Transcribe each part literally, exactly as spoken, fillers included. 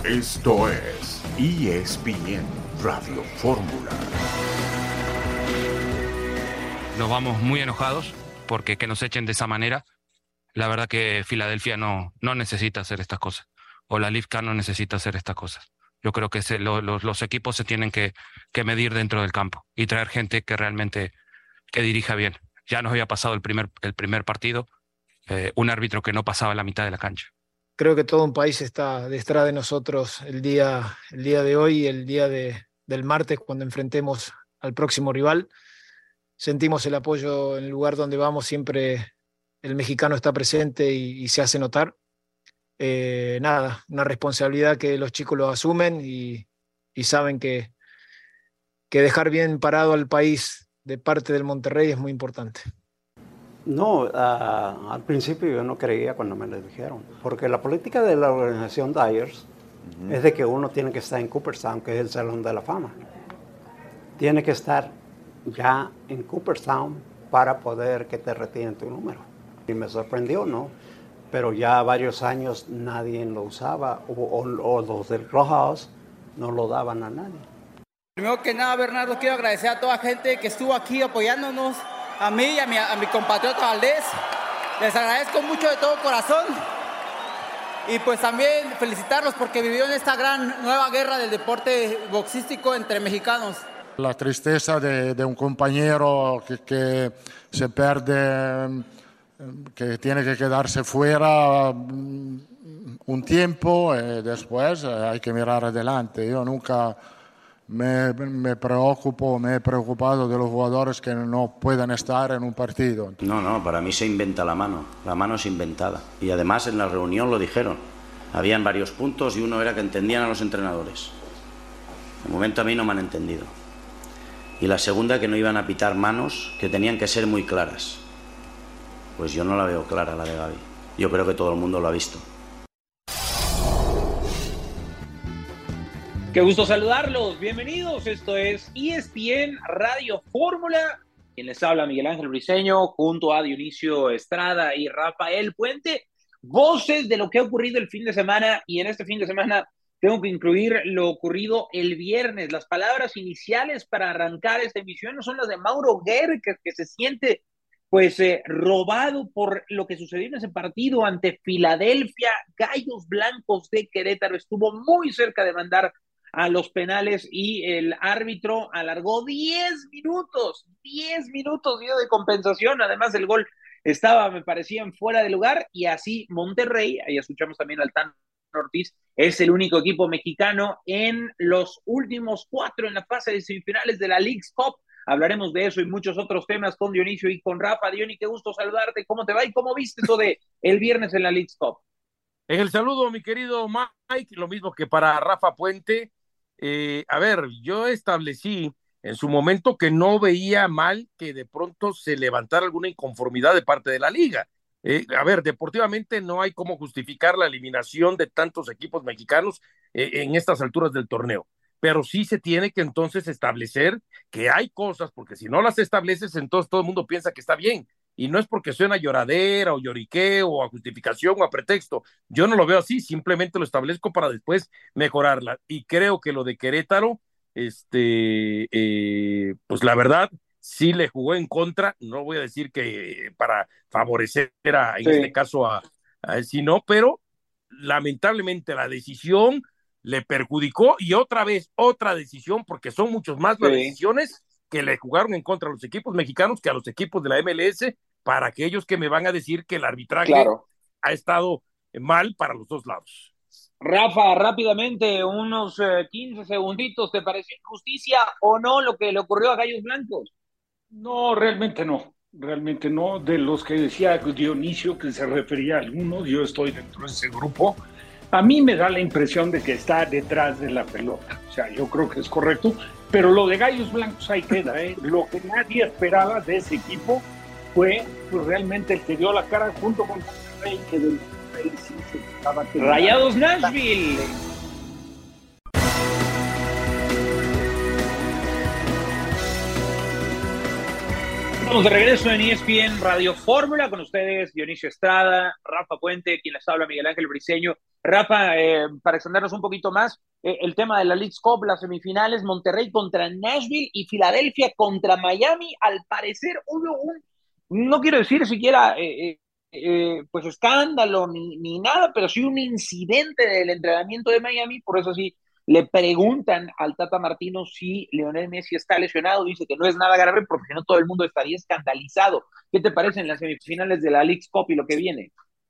Esto es E S P N Radio Fórmula. Nos vamos muy enojados porque que nos echen de esa manera. La verdad que Filadelfia no, no necesita hacer estas cosas. O la L I V K no necesita hacer estas cosas. Yo creo que se, lo, los, los equipos se tienen que, que medir dentro del campo y traer gente que realmente que dirija bien. Ya nos había pasado el primer, el primer partido, eh, un árbitro que no pasaba la mitad de la cancha. Creo que todo un país está detrás de nosotros el día, el día de hoy y el día de, del martes cuando enfrentemos al próximo rival. Sentimos el apoyo en el lugar donde vamos, siempre el mexicano está presente y, y se hace notar. Eh, nada, una responsabilidad que los chicos lo asumen y, y saben que, que dejar bien parado al país de parte del Monterrey es muy importante. No, uh, al principio yo no creía cuando me lo dijeron, porque la política de la organización Dyers uh-huh. es de que uno tiene que estar en Cooperstown, que es el Salón de la Fama. Tiene que estar ya en Cooperstown para poder que te retiren tu número. Y me sorprendió, ¿no? Pero ya varios años nadie lo usaba, o, o, o los del Rojas no lo daban a nadie. Primero que nada, Bernardo, quiero agradecer a toda la gente que estuvo aquí apoyándonos, a mí y a mi, a mi compatriota Valdés. Les agradezco mucho de todo corazón. Y pues también felicitarlos porque vivieron esta gran nueva guerra del deporte boxístico entre mexicanos. La tristeza de, de un compañero que, que se pierde, que tiene que quedarse fuera un tiempo y después hay que mirar adelante. Yo nunca me, me preocupo, me he preocupado de los jugadores que no pueden estar en un partido. No, no, para mí se inventa la mano, la mano es inventada. Y además en la reunión lo dijeron, habían varios puntos y uno era que entendían a los entrenadores. De momento a mí no me han entendido. Y la segunda, que no iban a pitar manos, que tenían que ser muy claras. Pues yo no la veo clara, la de Gaby. Yo creo que todo el mundo lo ha visto. Qué gusto saludarlos, bienvenidos, esto es E S P N Radio Fórmula. Quien les habla, Miguel Ángel Briceño, junto a Dionisio Estrada y Rafael Puente. Voces de lo que ha ocurrido el fin de semana, y en este fin de semana tengo que incluir lo ocurrido el viernes. Las palabras iniciales para arrancar esta emisión no son las de Mauro Guerra, que, que se siente pues eh, robado por lo que sucedió en ese partido ante Filadelfia. Gallos Blancos de Querétaro estuvo muy cerca de mandar a los penales y el árbitro alargó diez minutos, diez minutos dio de compensación. Además el gol estaba, me parecían, fuera de lugar, y así Monterrey, ahí escuchamos también al Tan Ortiz, es el único equipo mexicano en los últimos cuatro en la fase de semifinales de la Leagues Cup. Hablaremos de eso y muchos otros temas con Dionisio y con Rafa. Diony, qué gusto saludarte. ¿Cómo te va y cómo viste eso de el viernes en la Leagues Cup? En el saludo, mi querido Mike, lo mismo que para Rafa Puente. Eh, a ver, yo establecí en su momento que no veía mal que de pronto se levantara alguna inconformidad de parte de la liga. Eh, a ver, deportivamente no hay cómo justificar la eliminación de tantos equipos mexicanos eh, en estas alturas del torneo, pero sí se tiene que entonces establecer que hay cosas, porque si no las estableces, entonces todo el mundo piensa que está bien, y no es porque suena lloradera o lloriqueo o a justificación o a pretexto. Yo no lo veo así, simplemente lo establezco para después mejorarla, y creo que lo de Querétaro, este, eh, pues la verdad, sí le jugó en contra. No voy a decir que para favorecer a, en sí. este caso a, a él, sino, pero lamentablemente la decisión le perjudicó, y otra vez otra decisión, porque son muchos más las sí. decisiones que le jugaron en contra a los equipos mexicanos que a los equipos de la M L S, para aquellos que me van a decir que el arbitraje claro. ha estado mal para los dos lados. Rafa, rápidamente, unos eh, quince segunditos, ¿te pareció injusticia o no lo que le ocurrió a Gallos Blancos? No, realmente no, realmente no. De los que decía Dionisio, que se refería a algunos, yo estoy dentro de ese grupo. A mí me da la impresión de que está detrás de la pelota, o sea, yo creo que es correcto, pero lo de Gallos Blancos ahí queda, ¿eh? Lo que nadie esperaba de ese equipo fue pues, realmente el que dio la cara junto con Monterrey, que del Monterrey sí se estaba teniendo. Rayados Nashville. Estamos de regreso en E S P N Radio Fórmula con ustedes, Dionisio Estrada, Rafa Puente, quien les habla, Miguel Ángel Briceño. Rafa, eh, para extendernos un poquito más, eh, el tema de la Leagues Cup, las semifinales, Monterrey contra Nashville y Filadelfia contra Miami. Al parecer hubo un, no quiero decir siquiera eh, eh, pues escándalo ni, ni nada, pero sí un incidente del entrenamiento de Miami. Por eso sí le preguntan al Tata Martino si Lionel Messi está lesionado. Dice que no es nada grave porque si no todo el mundo estaría escandalizado. ¿Qué te parecen las semifinales de la Leagues Cup y lo que viene?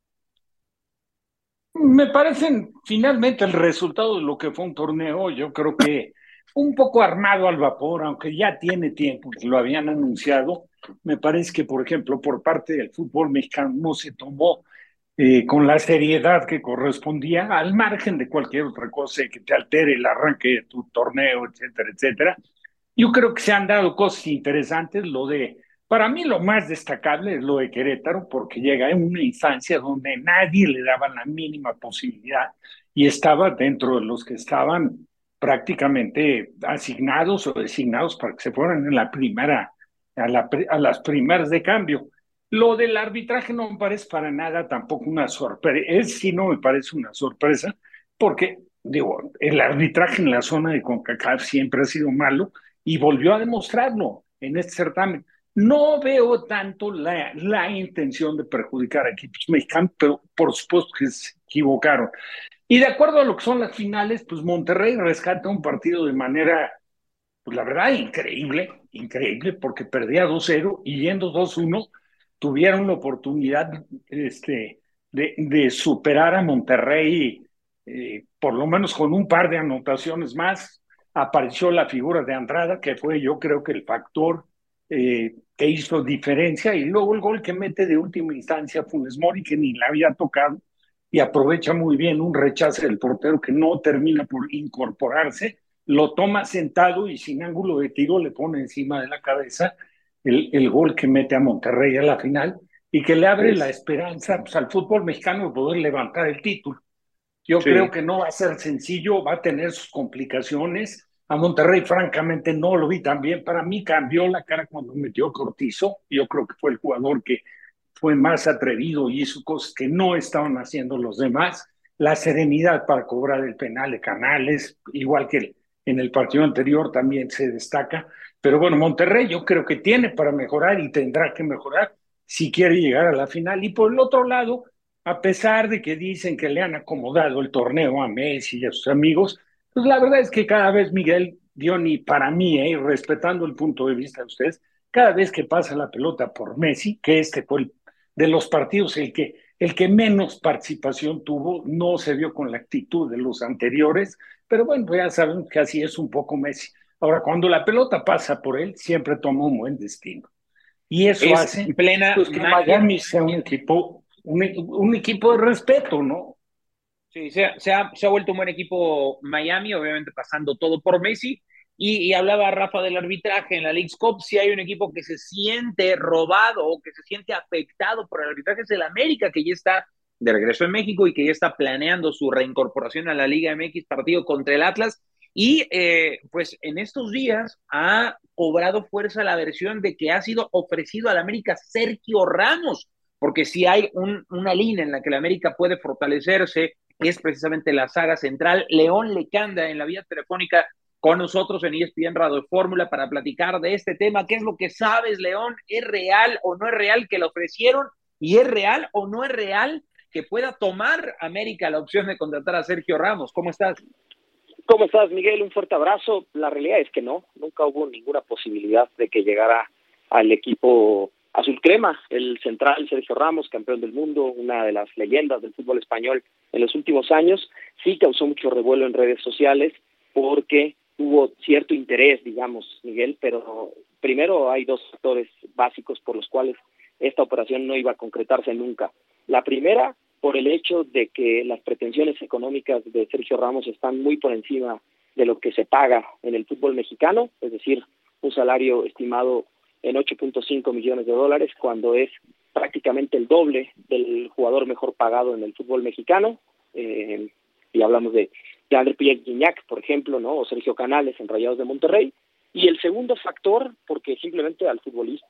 Me parecen finalmente el resultado de lo que fue un torneo, yo creo que un poco armado al vapor, aunque ya tiene tiempo que lo habían anunciado. Me parece que, por ejemplo, por parte del fútbol mexicano no se tomó eh, con la seriedad que correspondía, al margen de cualquier otra cosa que te altere el arranque de tu torneo, etcétera, etcétera. Yo creo que se han dado cosas interesantes. Lo de, para mí lo más destacable es lo de Querétaro, porque llega en una instancia donde nadie le daba la mínima posibilidad y estaba dentro de los que estaban prácticamente asignados o designados para que se fueran en la primera, a, la, a las primeras de cambio. Lo del arbitraje no me parece para nada tampoco una sorpresa, es sí no me parece una sorpresa, porque digo, el arbitraje en la zona de CONCACAF siempre ha sido malo y volvió a demostrarlo en este certamen. No veo tanto la, la intención de perjudicar a equipos mexicanos, pero por supuesto que se equivocaron. Y de acuerdo a lo que son las finales, pues Monterrey rescata un partido de manera, pues la verdad, increíble, increíble, porque perdía dos cero y yendo dos uno tuvieron la oportunidad este, de, de superar a Monterrey, eh, por lo menos con un par de anotaciones más. Apareció la figura de Andrada, que fue yo creo que el factor eh, que hizo diferencia, y luego el gol que mete de última instancia Funes Mori, que ni la había tocado, y aprovecha muy bien un rechace del portero que no termina por incorporarse, lo toma sentado y sin ángulo de tiro le pone encima de la cabeza el, el gol que mete a Monterrey a la final y que le abre la esperanza pues, al fútbol mexicano de poder levantar el título. Yo sí. creo que no va a ser sencillo, va a tener sus complicaciones. A Monterrey, francamente, no lo vi tan bien. Para mí cambió la cara cuando metió Cortizo. Yo creo que fue el jugador que fue más atrevido y hizo cosas que no estaban haciendo los demás. La serenidad para cobrar el penal de Canales, igual que en el partido anterior, también se destaca. Pero bueno, Monterrey yo creo que tiene para mejorar y tendrá que mejorar si quiere llegar a la final. Y por el otro lado, a pesar de que dicen que le han acomodado el torneo a Messi y a sus amigos, pues la verdad es que cada vez, Miguel, Diony, para mí, eh, respetando el punto de vista de ustedes, cada vez que pasa la pelota por Messi, que este fue el, de los partidos el que, el que menos participación tuvo, no se vio con la actitud de los anteriores, pero bueno, ya saben que así es un poco Messi. Ahora, cuando la pelota pasa por él, siempre toma un buen destino. Y eso es hace plena pues, que Miami sea un equipo, un, un equipo de respeto, ¿no? Sí, se ha, se, ha, se ha vuelto un buen equipo Miami, obviamente pasando todo por Messi. Y, y hablaba Rafa del arbitraje en la Leagues Cup. Si hay un equipo que se siente robado o que se siente afectado por el arbitraje, es el América, que ya está de regreso en México y que ya está planeando su reincorporación a la Liga M X, partido contra el Atlas. Y eh, pues en estos días ha cobrado fuerza la versión de que ha sido ofrecido al América Sergio Ramos, porque si hay un, una línea en la que el América puede fortalecerse, es precisamente la saga central. León Lecanda en la vía telefónica con nosotros en E S P N Radio Fórmula para platicar de este tema. ¿Qué es lo que sabes, León? ¿Es real o no es real que lo ofrecieron? ¿Y es real o no es real que pueda tomar América la opción de contratar a Sergio Ramos? ¿Cómo estás? ¿Cómo estás, Miguel? Un fuerte abrazo. La realidad es que no, nunca hubo ninguna posibilidad de que llegara al equipo azul crema. El central Sergio Ramos, campeón del mundo, una de las leyendas del fútbol español en los últimos años, sí causó mucho revuelo en redes sociales porque hubo cierto interés, digamos, Miguel, pero primero hay dos factores básicos por los cuales esta operación no iba a concretarse nunca. La primera, por el hecho de que las pretensiones económicas de Sergio Ramos están muy por encima de lo que se paga en el fútbol mexicano, es decir, un salario estimado en ocho punto cinco millones de dólares, cuando es prácticamente el doble del jugador mejor pagado en el fútbol mexicano. Eh, y hablamos de, de André Pierre Gignac, por ejemplo, ¿no? O Sergio Canales en Rayados de Monterrey. Y el segundo factor, porque simplemente al futbolista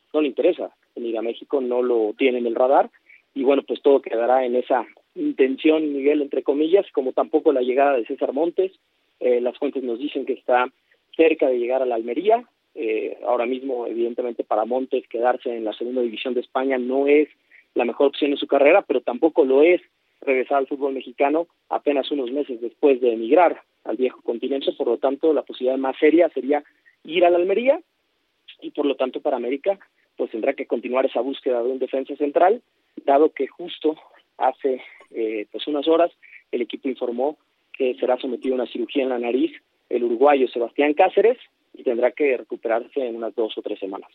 no le interesa venir a México, no lo tiene en el radar, y bueno, pues todo quedará en esa intención, Miguel, entre comillas, como tampoco la llegada de César Montes. Eh, las fuentes nos dicen que está cerca de llegar a la Almería. Eh, ahora mismo, evidentemente, para Montes quedarse en la segunda división de España no es la mejor opción en su carrera, pero tampoco lo es regresar al fútbol mexicano apenas unos meses después de emigrar al viejo continente. Por lo tanto, la posibilidad más seria sería ir a la Almería, y por lo tanto para América pues tendrá que continuar esa búsqueda de un defensa central, dado que justo hace eh, pues unas horas el equipo informó que será sometido a una cirugía en la nariz el uruguayo Sebastián Cáceres, y tendrá que recuperarse en unas dos o tres semanas.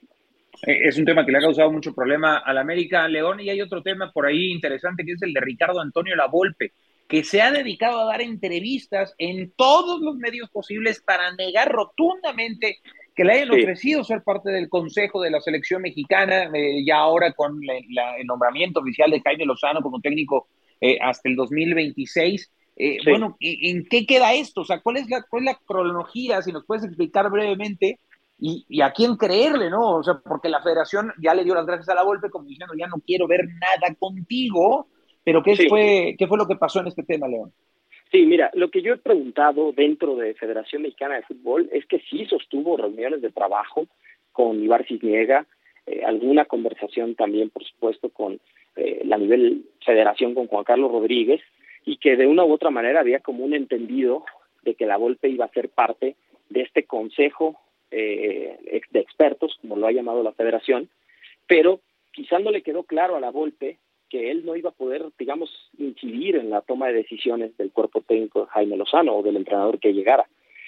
Es un tema que le ha causado mucho problema al América, León, y hay otro tema por ahí interesante que es el de Ricardo Antonio Lavolpe, que se ha dedicado a dar entrevistas en todos los medios posibles para negar rotundamente que le hayan sí. ofrecido ser parte del consejo de la selección mexicana, eh, ya ahora con la, la, el nombramiento oficial de Jaime Lozano como técnico eh, hasta el dos mil veintiséis. Eh, sí. Bueno, ¿en qué queda esto? O sea, ¿cuál es la, cuál es la cronología? Si nos puedes explicar brevemente. Y, y a quién creerle, ¿no? O sea, porque la federación ya le dio las gracias a Lavolpe como diciendo, ya no quiero ver nada contigo, pero ¿qué, sí. fue, ¿qué fue lo que pasó en este tema, León? Sí, mira, lo que yo he preguntado dentro de Federación Mexicana de Fútbol es que sí sostuvo reuniones de trabajo con Ibar Cisniega, eh, alguna conversación también, por supuesto, con eh, la nivel federación con Juan Carlos Rodríguez, y que de una u otra manera había como un entendido de que Lavolpe iba a ser parte de este consejo Eh, de expertos, como lo ha llamado la federación, pero quizá no le quedó claro a Lavolpe que él no iba a poder, digamos, incidir en la toma de decisiones del cuerpo técnico de Jaime Lozano o del entrenador que llegara.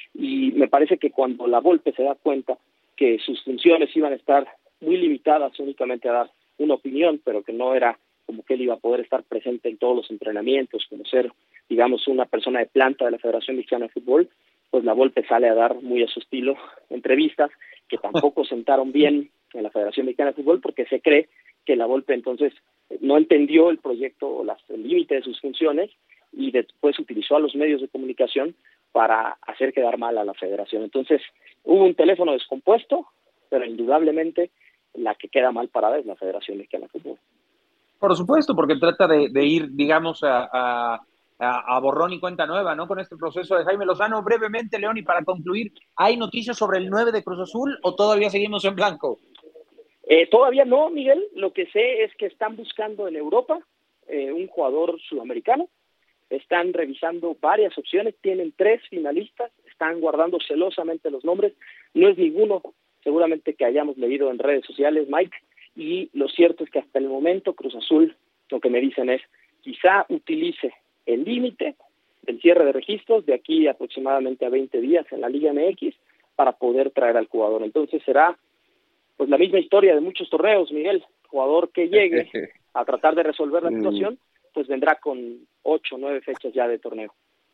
Y me parece que cuando Lavolpe se da cuenta que sus funciones iban a estar muy limitadas únicamente a dar una opinión, pero que no era como que él iba a poder estar presente en todos los entrenamientos, como ser, digamos, una persona de planta de la Federación Mexicana de Fútbol, pues Lavolpe sale a dar muy a su estilo entrevistas que tampoco sentaron bien en la Federación Mexicana de Fútbol, porque se cree que Lavolpe entonces no entendió el proyecto o las, el límite de sus funciones, y después utilizó a los medios de comunicación para hacer quedar mal a la federación. Entonces hubo un teléfono descompuesto, pero indudablemente la que queda mal parada es la Federación Mexicana de Fútbol. Por supuesto, porque trata de, de ir, digamos, a... a... A, a borrón y cuenta nueva, ¿no? Con este proceso de Jaime Lozano. Brevemente, León, y para concluir, ¿hay noticias sobre el nueve de Cruz Azul o todavía seguimos en blanco? Eh, todavía no, Miguel. Lo que sé es que están buscando en Europa eh, un jugador sudamericano. Están revisando varias opciones, tienen tres finalistas, están guardando celosamente los nombres. No es ninguno, seguramente, que hayamos leído en redes sociales, Mike, y lo cierto es que hasta el momento Cruz Azul, lo que me dicen es, quizá utilice el límite del cierre de registros de aquí aproximadamente a veinte días en la Liga M X para poder traer al jugador. Entonces será pues la misma historia de muchos torneos, Miguel. Jugador que llegue a tratar de resolver la situación, pues vendrá con ocho o nueve fechas ya de torneo.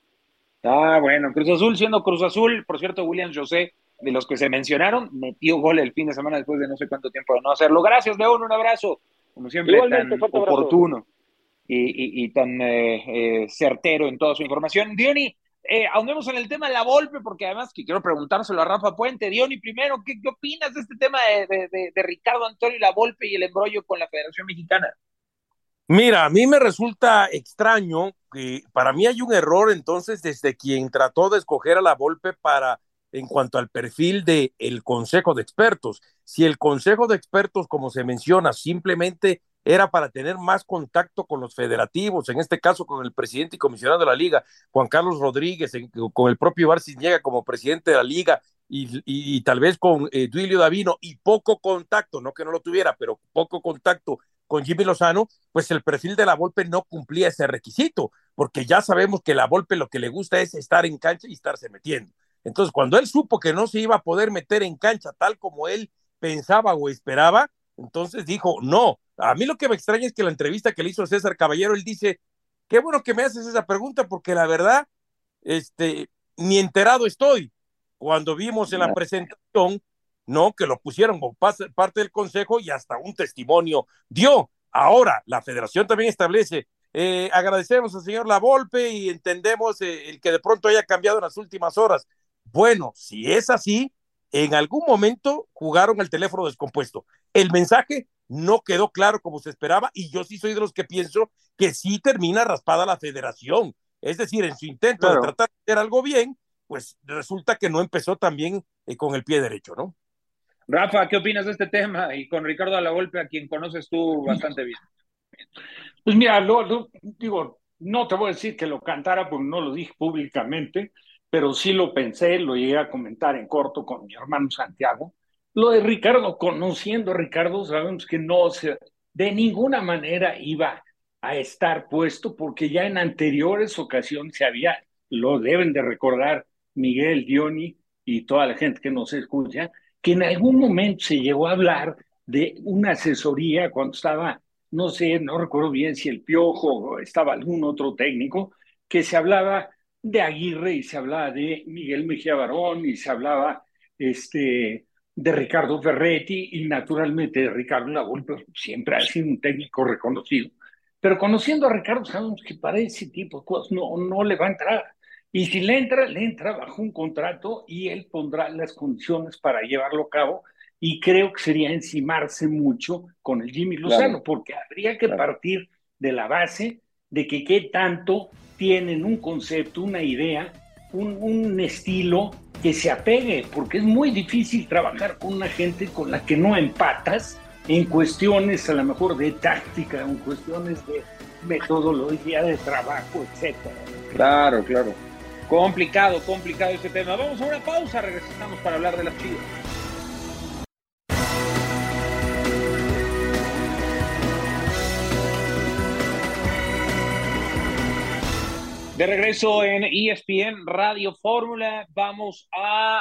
Ah, bueno, Cruz Azul siendo Cruz Azul. Por cierto, William José, de los que se mencionaron, metió gol el fin de semana después de no sé cuánto tiempo de no hacerlo. Gracias, León, un abrazo. Como siempre, igualmente, tan oportuno. Y, y, y tan eh, eh, certero en toda su información. Diony, eh, ahondemos en el tema de Lavolpe, porque además que quiero preguntárselo a Rafa Puente. Diony, primero, ¿qué, qué opinas de este tema de, de, de, de Ricardo Antonio Lavolpe y el embrollo con la Federación Mexicana? Mira, a mí me resulta extraño que para mí hay un error entonces desde quien trató de escoger a Lavolpe para, en cuanto al perfil del Consejo de Expertos. Si el Consejo de Expertos, como se menciona, simplemente era para tener más contacto con los federativos, en este caso con el presidente y comisionado de la Liga, Juan Carlos Rodríguez, con el propio Ibar Cisniega como presidente de la Liga, y, y, y tal vez con eh, Duilio Davino, y poco contacto, no que no lo tuviera, pero poco contacto con Jimmy Lozano, pues el perfil de Lavolpe no cumplía ese requisito, porque ya sabemos que Lavolpe lo que le gusta es estar en cancha y estarse metiendo. Entonces, cuando él supo que no se iba a poder meter en cancha tal como él pensaba o esperaba, entonces dijo, no. A mí lo que me extraña es que la entrevista que le hizo César Caballero, él dice, qué bueno que me haces esa pregunta, porque la verdad, este, ni enterado estoy. Cuando vimos en la presentación, no, que lo pusieron como parte del consejo y hasta un testimonio dio. Ahora, la federación también establece, eh, agradecemos al señor Lavolpe y entendemos eh, el que de pronto haya cambiado en las últimas horas. Bueno, si es así, en algún momento jugaron el teléfono descompuesto. El mensaje no quedó claro como se esperaba y yo sí soy de los que pienso que sí termina raspada la federación. Es decir, en su intento claro. de tratar de hacer algo bien, pues resulta que no empezó también eh, con el pie derecho, ¿no? Rafa, ¿qué opinas de este tema? Y con Ricardo Alavolpe, a quien conoces tú bastante bien. Pues mira, lo, lo, digo, no te voy a decir que lo cantara porque no lo dije públicamente, pero sí lo pensé, lo llegué a comentar en corto con mi hermano Santiago. Lo de Ricardo, conociendo a Ricardo, sabemos que no se, de ninguna manera iba a estar puesto, porque ya en anteriores ocasiones se había, lo deben de recordar Miguel, Diony y toda la gente que nos escucha, que en algún momento se llegó a hablar de una asesoría cuando estaba, no sé, no recuerdo bien si el Piojo o estaba algún otro técnico, que se hablaba de Aguirre y se hablaba de Miguel Mejía Barón y se hablaba este, de Ricardo Ferretti y naturalmente de Ricardo Lavolpe, siempre ha sido un técnico reconocido. Pero conociendo a Ricardo sabemos que para ese tipo de cosas no, no le va a entrar. Y si le entra, le entra bajo un contrato y él pondrá las condiciones para llevarlo a cabo. Y creo que sería encimarse mucho con el Jimmy Lozano, claro. porque habría que claro. partir de la base de que qué tanto tienen un concepto, una idea, un, un estilo que se apegue, porque es muy difícil trabajar con una gente con la que no empatas en cuestiones a lo mejor de táctica, en cuestiones de metodología de trabajo, etcétera. Claro, claro. Complicado, complicado este tema. Vamos a una pausa, regresamos para hablar de las Chivas. De regreso en E S P N Radio Fórmula, vamos a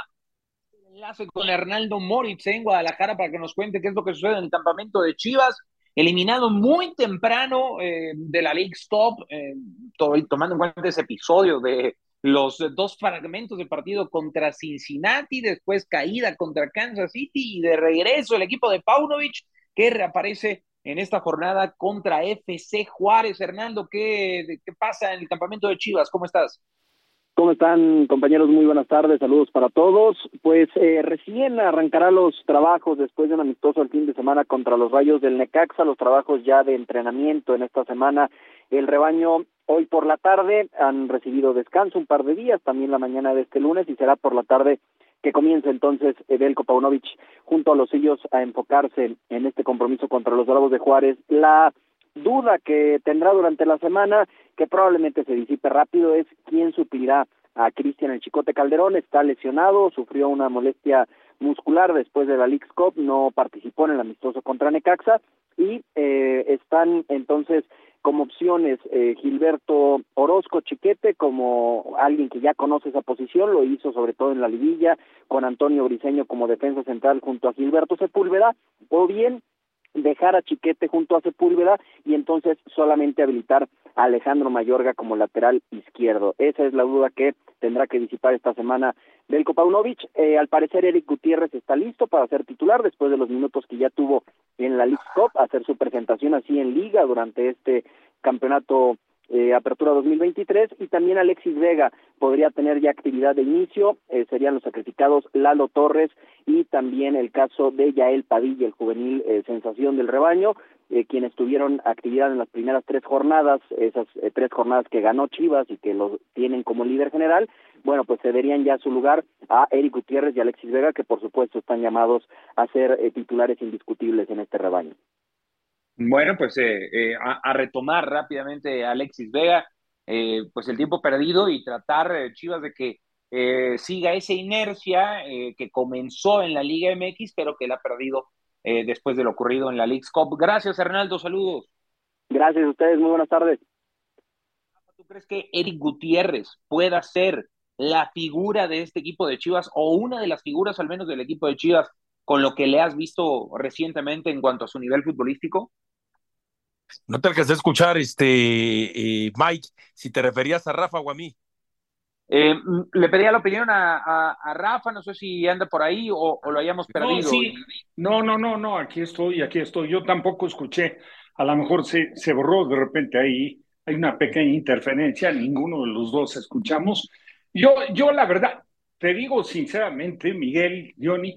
enlace con Hernaldo Moritz en Guadalajara para que nos cuente qué es lo que sucede en el campamento de Chivas, eliminado muy temprano eh, de la League Cup, eh, todo, tomando en cuenta ese episodio de los dos fragmentos de partido contra Cincinnati, después caída contra Kansas City y de regreso el equipo de Paunovic que reaparece en esta jornada contra F C Juárez. Hernando, ¿qué, qué pasa en el campamento de Chivas? ¿Cómo estás? ¿Cómo están, compañeros? Muy buenas tardes, saludos para todos. Pues eh, recién arrancará los trabajos después de un amistoso el fin de semana contra los Rayos del Necaxa, los trabajos ya de entrenamiento en esta semana. El rebaño hoy por la tarde han recibido descanso un par de días, también la mañana de este lunes, y será por la tarde que comienza entonces Veljko Paunovic junto a los suyos a enfocarse en este compromiso contra los Bravos de Juárez. La duda que tendrá durante la semana, que probablemente se disipe rápido, es quién suplirá a Cristian El Chicote Calderón. Está lesionado, sufrió una molestia muscular después de la Leagues Cup, no participó en el amistoso contra Necaxa, y eh, están entonces como opciones eh, Gilberto Orozco Chiquete, como alguien que ya conoce esa posición, lo hizo sobre todo en la liguilla, con Antonio Briseño como defensa central junto a Gilberto Sepúlveda, o bien dejar a Chiquete junto a Sepúlveda y entonces solamente habilitar a Alejandro Mayorga como lateral izquierdo. Esa es la duda que tendrá que disipar esta semana Veljko Paunovic. Eh, al parecer Eric Gutiérrez está listo para ser titular después de los minutos que ya tuvo en la League Cup, hacer su presentación así en Liga durante este campeonato eh, Apertura dos mil veintitrés, y también Alexis Vega podría tener ya actividad de inicio. Eh, serían los sacrificados Lalo Torres y también el caso de Yael Padilla, el juvenil eh, sensación del rebaño, eh, quienes tuvieron actividad en las primeras tres jornadas, esas eh, tres jornadas que ganó Chivas y que lo tienen como líder general. Bueno, pues cederían ya su lugar a Eric Gutiérrez y Alexis Vega, que por supuesto están llamados a ser eh, titulares indiscutibles en este rebaño. Bueno, pues eh, eh, a, a retomar rápidamente a Alexis Vega, eh, pues el tiempo perdido y tratar, eh, Chivas, de que eh, siga esa inercia eh, que comenzó en la Liga M X, pero que la ha perdido eh, después de lo ocurrido en la Leagues Cup. Gracias, Hernaldo, saludos. Gracias a ustedes, muy buenas tardes. ¿Tú crees que Eric Gutiérrez pueda ser la figura de este equipo de Chivas, o una de las figuras al menos del equipo de Chivas, con lo que le has visto recientemente en cuanto a su nivel futbolístico? No te alcancé a escuchar, este, eh, Mike, si te referías a Rafa o a mí. Eh, le pedía la opinión a, a, a Rafa, no sé si anda por ahí o, o lo hayamos perdido. No, sí. no, no, no, no, aquí estoy, aquí estoy. Yo tampoco escuché, a lo mejor se, se borró de repente ahí, hay una pequeña interferencia, ninguno de los dos escuchamos. Yo, yo la verdad, te digo sinceramente, Miguel, Diony,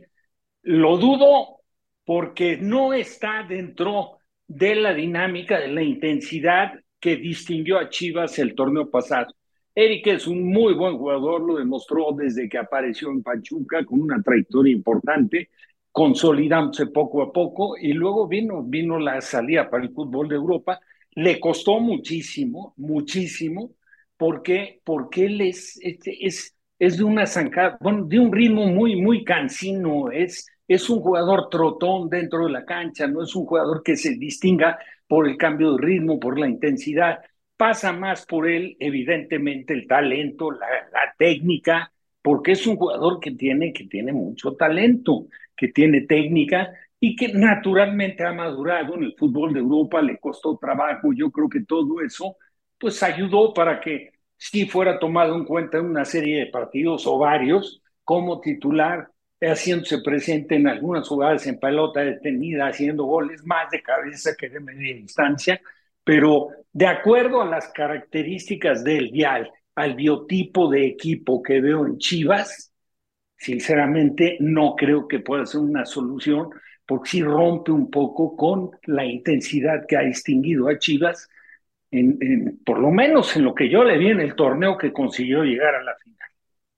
lo dudo porque no está dentro de la dinámica, de la intensidad que distinguió a Chivas el torneo pasado. Eric es un muy buen jugador, lo demostró desde que apareció en Pachuca con una trayectoria importante, consolidándose poco a poco, y luego vino, vino la salida para el fútbol de Europa. Le costó muchísimo, muchísimo, porque, porque él es, es, es, es de una zancada, bueno, de un ritmo muy, muy cansino, es, es un jugador trotón dentro de la cancha, no es un jugador que se distinga por el cambio de ritmo, por la intensidad. Pasa más por él, evidentemente, el talento, la, la técnica, porque es un jugador que tiene, que tiene mucho talento, que tiene técnica y que naturalmente ha madurado en el fútbol de Europa, le costó trabajo. Yo creo que todo eso pues ayudó para que sí fuera tomado en cuenta en una serie de partidos o varios como titular, haciéndose presente en algunas jugadas en pelota detenida, haciendo goles más de cabeza que de media distancia. Pero de acuerdo a las características del vial, al biotipo de equipo que veo en Chivas, sinceramente no creo que pueda ser una solución, porque sí rompe un poco con la intensidad que ha distinguido a Chivas, en, en, por lo menos en lo que yo le vi en el torneo que consiguió llegar a la final.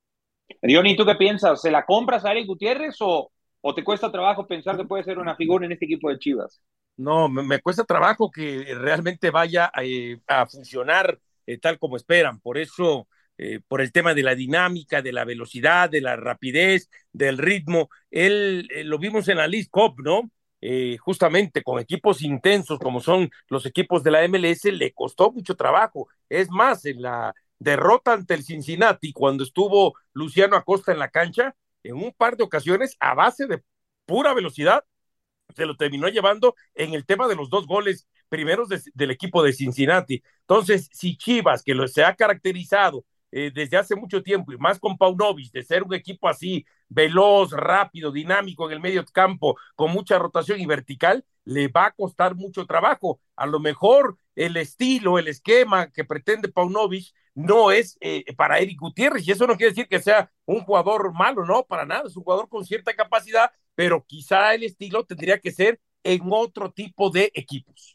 Diony, ¿tú qué piensas? ¿Se la compras a Eric Gutiérrez o, o te cuesta trabajo pensar que puede ser una figura en este equipo de Chivas? No, me, me cuesta trabajo que realmente vaya eh, a funcionar eh, tal como esperan. Por eso, eh, por el tema de la dinámica, de la velocidad, de la rapidez, del ritmo, él eh, lo vimos en la League Cup, ¿no? Eh, justamente con equipos intensos como son los equipos de la M L S, le costó mucho trabajo. Es más, en la derrota ante el Cincinnati, cuando estuvo Luciano Acosta en la cancha, en un par de ocasiones, a base de pura velocidad, se lo terminó llevando en el tema de los dos goles primeros de, del equipo de Cincinnati. Entonces, si Chivas, que lo, se ha caracterizado eh, desde hace mucho tiempo, y más con Paunovic, de ser un equipo así, veloz, rápido, dinámico en el medio campo, con mucha rotación y vertical, le va a costar mucho trabajo. A lo mejor el estilo, el esquema que pretende Paunovic no es eh, para Eric Gutiérrez, y eso no quiere decir que sea un jugador malo, no, para nada, es un jugador con cierta capacidad, pero quizá el estilo tendría que ser en otro tipo de equipos.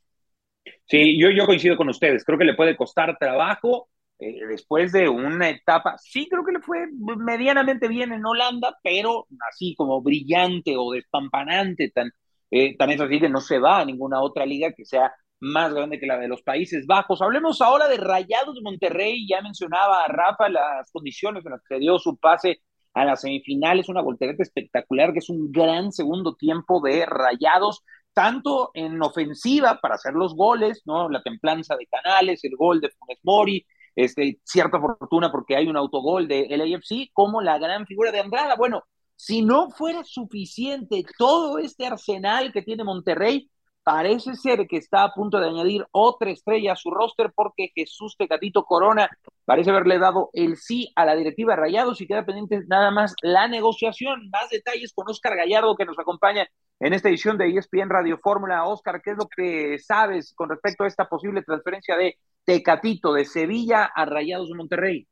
Sí, yo, yo coincido con ustedes, creo que le puede costar trabajo eh, después de una etapa, sí creo que le fue medianamente bien en Holanda, pero así como brillante o despampanante, tan, eh, tan es así que no se va a ninguna otra liga que sea más grande que la de los Países Bajos. Hablemos ahora de Rayados de Monterrey. Ya mencionaba a Rafa las condiciones en las que se dio su pase a las semifinales, una voltereta espectacular, que es un gran segundo tiempo de Rayados, tanto en ofensiva para hacer los goles, ¿no? La templanza de Canales, el gol de Funes Mori, este, cierta fortuna porque hay un autogol de L A F C, como la gran figura de Andrada. Bueno, si no fuera suficiente todo este arsenal que tiene Monterrey, parece ser que está a punto de añadir otra estrella a su roster, porque Jesús Tecatito Corona parece haberle dado el sí a la directiva de Rayados y queda pendiente nada más la negociación. Más detalles con Óscar Gallardo, que nos acompaña en esta edición de E S P N Radio Fórmula. Óscar, ¿qué es lo que sabes con respecto a esta posible transferencia de Tecatito de Sevilla a Rayados de Monterrey?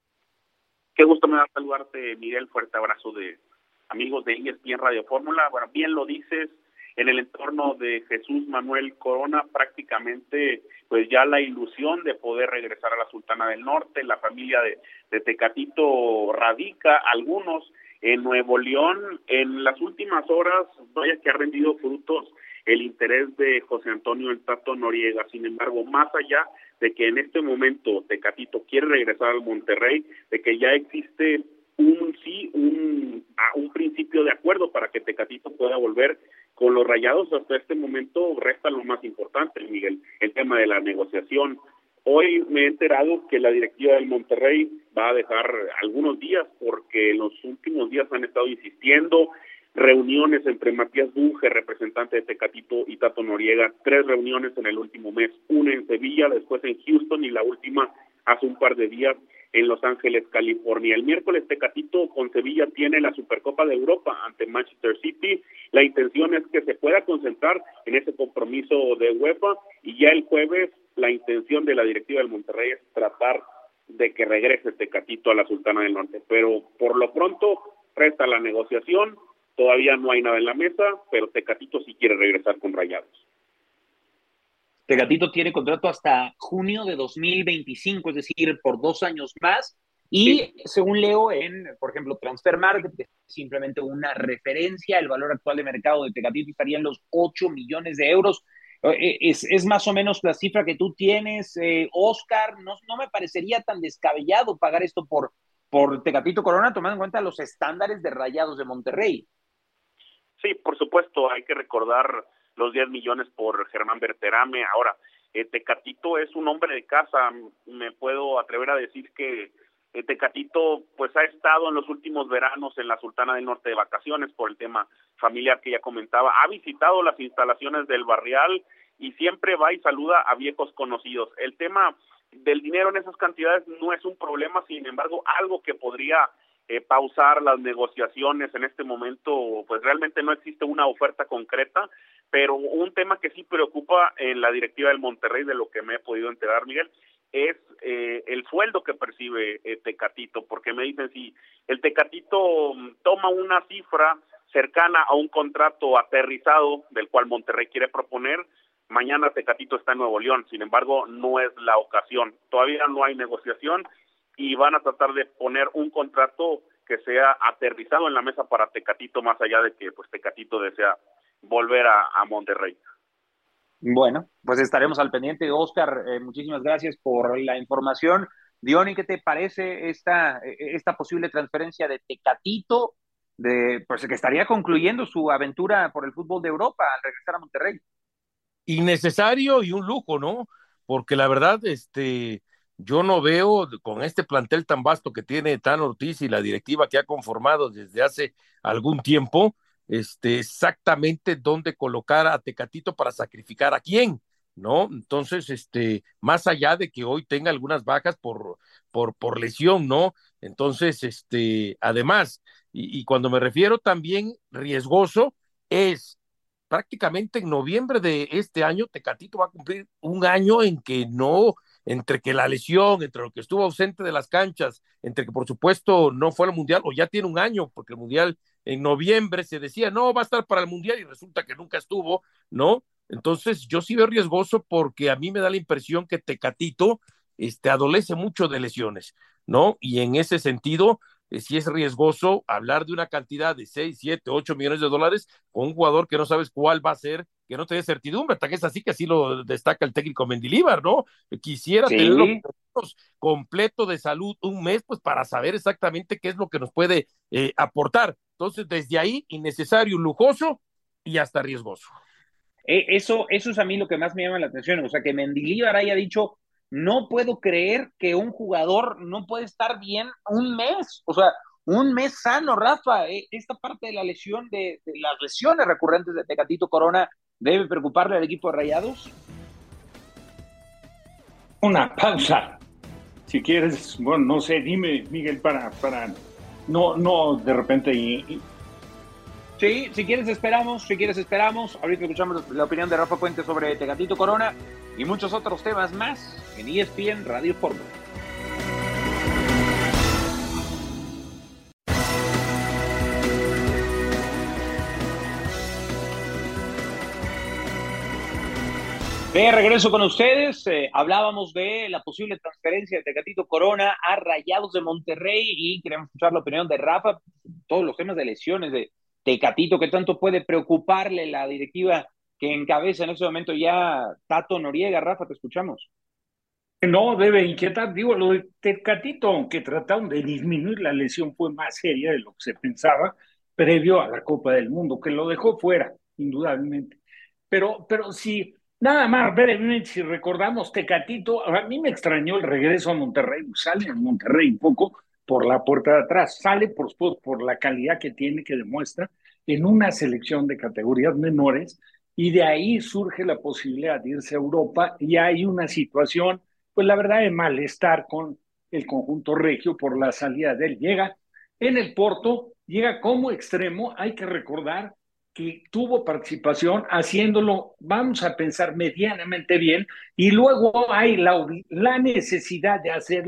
Qué gusto me da saludarte, Miguel. Fuerte abrazo de amigos de E S P N Radio Fórmula. Bueno, bien lo dices, en el entorno de Jesús Manuel Corona, prácticamente pues ya la ilusión de poder regresar a la Sultana del Norte. La familia de, de Tecatito radica, algunos en Nuevo León. En las últimas horas, vaya que ha rendido frutos el interés de José Antonio El Tato Noriega. Sin embargo, más allá de que en este momento Tecatito quiere regresar al Monterrey, de que ya existe un sí, un, un principio de acuerdo para que Tecatito pueda volver con los Rayados, hasta este momento resta lo más importante, Miguel, el tema de la negociación. Hoy me he enterado que la directiva del Monterrey va a dejar algunos días, porque en los últimos días han estado insistiendo, reuniones entre Matías Bunge, representante de Tecatito, y Tato Noriega, tres reuniones en el último mes, una en Sevilla, después en Houston y la última hace un par de días en Los Ángeles, California. El miércoles Tecatito con Sevilla tiene la Supercopa de Europa ante Manchester City. La intención es que se pueda concentrar en ese compromiso de UEFA, y ya el jueves la intención de la directiva del Monterrey es tratar de que regrese Tecatito a la Sultana del Norte, pero por lo pronto resta la negociación, todavía no hay nada en la mesa, pero Tecatito sí quiere regresar con Rayados. Tecatito tiene contrato hasta junio de dos mil veinticinco, es decir, por dos años más, y sí, según leo en, por ejemplo, Transfer Market, que es simplemente una referencia, el valor actual de mercado de Tecatito estaría en los ocho millones de euros. Es, es más o menos la cifra que tú tienes, eh, Oscar. No, no me parecería tan descabellado pagar esto por, por Tecatito Corona, tomando en cuenta los estándares de Rayados de Monterrey. Sí, por supuesto, hay que recordar los diez millones por Germán Berterame. Ahora, eh, Tecatito es un hombre de casa, me puedo atrever a decir que eh, Tecatito pues ha estado en los últimos veranos en la Sultana del Norte de vacaciones por el tema familiar que ya comentaba, ha visitado las instalaciones del Barrial y siempre va y saluda a viejos conocidos. El tema del dinero en esas cantidades no es un problema, sin embargo, algo que podría eh, pausar las negociaciones en este momento, pues realmente no existe una oferta concreta, pero un tema que sí preocupa en la directiva del Monterrey, de lo que me he podido enterar, Miguel, es eh, el sueldo que percibe eh, Tecatito, porque me dicen si el Tecatito toma una cifra cercana a un contrato aterrizado del cual Monterrey quiere proponer, mañana Tecatito está en Nuevo León, sin embargo no es la ocasión, todavía no hay negociación y van a tratar de poner un contrato que sea aterrizado en la mesa para Tecatito, más allá de que pues Tecatito desea volver a, a Monterrey. Bueno, pues estaremos al pendiente. Oscar, eh, muchísimas gracias por la información. Diony, ¿qué te parece esta, esta posible transferencia de Tecatito, de, pues que estaría concluyendo su aventura por el fútbol de Europa al regresar a Monterrey? Innecesario y un lujo, ¿no? Porque la verdad, este, yo no veo con este plantel tan vasto que tiene Tan Ortiz y la directiva que ha conformado desde hace algún tiempo, este, exactamente dónde colocar a Tecatito para sacrificar a quién, ¿no? Entonces, este, más allá de que hoy tenga algunas bajas por, por, por lesión, ¿no? Entonces, este, además, y, y cuando me refiero también riesgoso, es prácticamente en noviembre de este año, Tecatito va a cumplir un año en que no, entre que la lesión, entre lo que estuvo ausente de las canchas, entre que por supuesto no fue al Mundial, o ya tiene un año, porque el Mundial en noviembre se decía, no, va a estar para el Mundial, y resulta que nunca estuvo, ¿no? Entonces yo sí veo riesgoso porque a mí me da la impresión que Tecatito este, adolece mucho de lesiones, ¿no? Y en ese sentido, eh, sí es riesgoso hablar de una cantidad de seis, siete, ocho millones de dólares con un jugador que no sabes cuál va a ser, que no tiene certidumbre, tan es así que así lo destaca el técnico Mendilibar, ¿no? Quisiera sí. tenerlo completo de salud un mes, pues para saber exactamente qué es lo que nos puede eh, aportar. Entonces, desde ahí, innecesario, lujoso y hasta riesgoso. Eh, eso, eso es a mí lo que más me llama la atención, o sea, que Mendilibar haya dicho, no puedo creer que un jugador no puede estar bien un mes, o sea, un mes sano, Rafa. Eh, esta parte de la lesión, de, de las lesiones recurrentes de Tecatito Corona, ¿debe preocuparle al equipo de Rayados? Una pausa, si quieres, bueno, no sé, dime, Miguel, para, para no, no de repente... Y, y... Sí, si quieres esperamos, si quieres esperamos. Ahorita escuchamos la opinión de Rafa Puente sobre Tecatito Corona y muchos otros temas más en E S P N Radio Fórmula. De regreso con ustedes, eh, hablábamos de la posible transferencia de Tecatito Corona a Rayados de Monterrey y queremos escuchar la opinión de Rafa, todos los temas de lesiones de Tecatito, ¿qué tanto puede preocuparle la directiva que encabeza en ese momento ya Tato Noriega? Rafa, te escuchamos. No, debe inquietar. Digo, lo de Tecatito, aunque trataron de disminuir la lesión, fue más seria de lo que se pensaba previo a la Copa del Mundo, que lo dejó fuera, indudablemente. Pero, pero si, nada más, brevemente, si recordamos Tecatito, a mí me extrañó el regreso a Monterrey, sale a Monterrey un poco por la puerta de atrás, sale por, por la calidad que tiene, que demuestra en una selección de categorías menores, y de ahí surge la posibilidad de irse a Europa, y hay una situación, pues la verdad, de malestar con el conjunto regio por la salida de él. Llega en el Porto, llega como extremo, hay que recordar que tuvo participación haciéndolo, vamos a pensar, medianamente bien, y luego hay la, la necesidad de hacerlo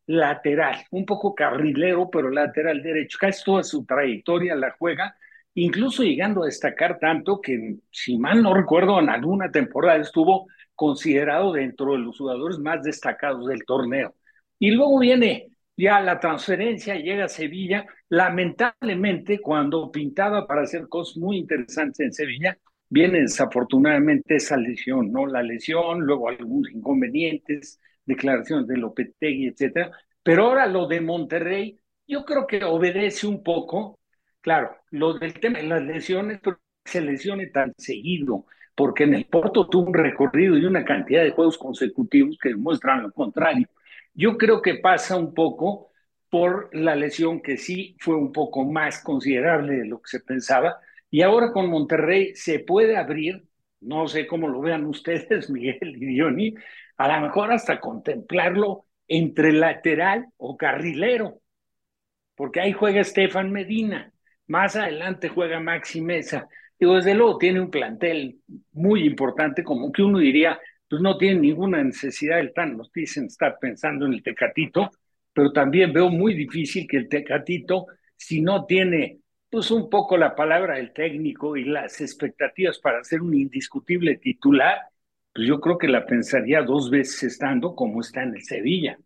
lateral, un poco carrilero, pero lateral derecho. Casi toda su trayectoria la juega, incluso llegando a destacar tanto que, si mal no recuerdo, en alguna temporada estuvo considerado dentro de los jugadores más destacados del torneo. Y luego viene ya la transferencia, llega a Sevilla. Lamentablemente, cuando pintaba para hacer cosas muy interesantes en Sevilla, viene desafortunadamente esa lesión, ¿no? La lesión, luego algunos inconvenientes, declaraciones de Lopetegui, etcétera. Pero ahora lo de Monterrey, yo creo que obedece un poco, claro, lo del tema de las lesiones, pero se lesione tan seguido, porque en el Porto tuvo un recorrido y una cantidad de juegos consecutivos que demuestran lo contrario. Yo creo que pasa un poco por la lesión que sí fue un poco más considerable de lo que se pensaba, y ahora con Monterrey se puede abrir, no sé cómo lo vean ustedes, Miguel y Diony, a lo mejor hasta contemplarlo entre lateral o carrilero, porque ahí juega Estefan Medina, más adelante juega Maxi Meza. Digo, desde luego tiene un plantel muy importante, como que uno diría, pues no tiene ninguna necesidad, el Tan nos dicen estar pensando en el Tecatito, pero también veo muy difícil que el Tecatito, si no tiene pues un poco la palabra del técnico y las expectativas para ser un indiscutible titular, pues yo creo que la pensaría dos veces estando como está en el Sevilla.